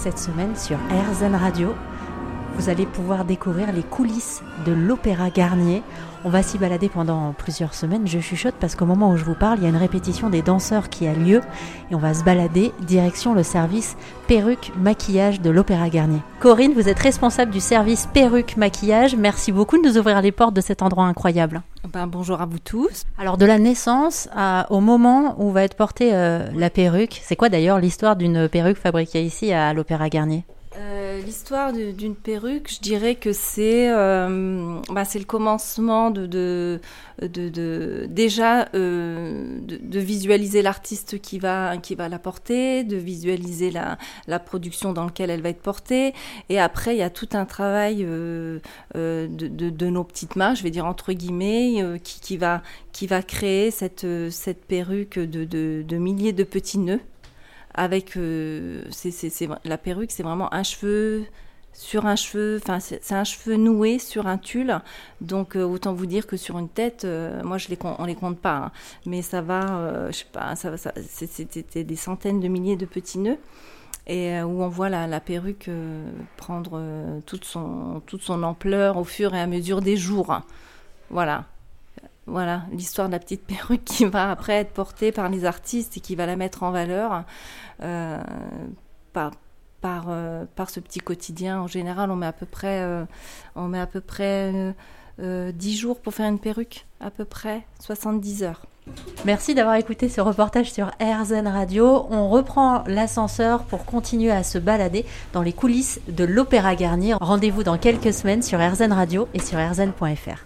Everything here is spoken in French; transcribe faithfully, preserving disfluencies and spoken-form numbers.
Cette semaine sur AirZen Radio, vous allez pouvoir découvrir les coulisses de l'Opéra Garnier. On va s'y balader pendant plusieurs semaines. Je chuchote parce qu'au moment où je vous parle, il y a une répétition des danseurs qui a lieu et on va se balader direction le service perruque maquillage de l'Opéra Garnier. Corinne, vous êtes responsable du service perruque maquillage. Merci beaucoup de nous ouvrir les portes de cet endroit incroyable. Ben, bonjour à vous tous. Alors de la naissance à, au moment où va être portée euh, la perruque, c'est quoi d'ailleurs l'histoire d'une perruque fabriquée ici à l'Opéra Garnier ? Euh, l'histoire de, d'une perruque, je dirais que c'est, euh, bah, c'est le commencement de, de, de, de déjà euh, de, de visualiser l'artiste qui va, qui va la porter, de visualiser la, la production dans laquelle elle va être portée. Et après, il y a tout un travail euh, euh, de, de, de nos petites mains, je vais dire entre guillemets, euh, qui, qui, va, qui va créer cette, cette perruque de, de, de milliers de petits nœuds. Avec euh, c'est, c'est, c'est, la perruque, c'est vraiment un cheveu sur un cheveu, enfin c'est, c'est un cheveu noué sur un tulle. Donc euh, autant vous dire que sur une tête, euh, moi je les on les compte pas, hein, mais ça va, euh, je sais pas, ça va, ça, c'est, c'était des centaines de milliers de petits nœuds. Et euh, où on voit la, la perruque euh, prendre euh, toute son toute son ampleur au fur et à mesure des jours. Voilà. Voilà, l'histoire de la petite perruque qui va après être portée par les artistes et qui va la mettre en valeur euh, par, par, euh, par ce petit quotidien. En général, on met à peu près, euh, on met à peu près euh, euh, dix jours pour faire une perruque, à peu près soixante-dix heures. Merci d'avoir écouté ce reportage sur AirZen Radio. On reprend l'ascenseur pour continuer à se balader dans les coulisses de l'Opéra Garnier. Rendez-vous dans quelques semaines sur AirZen Radio et sur airzen point f r.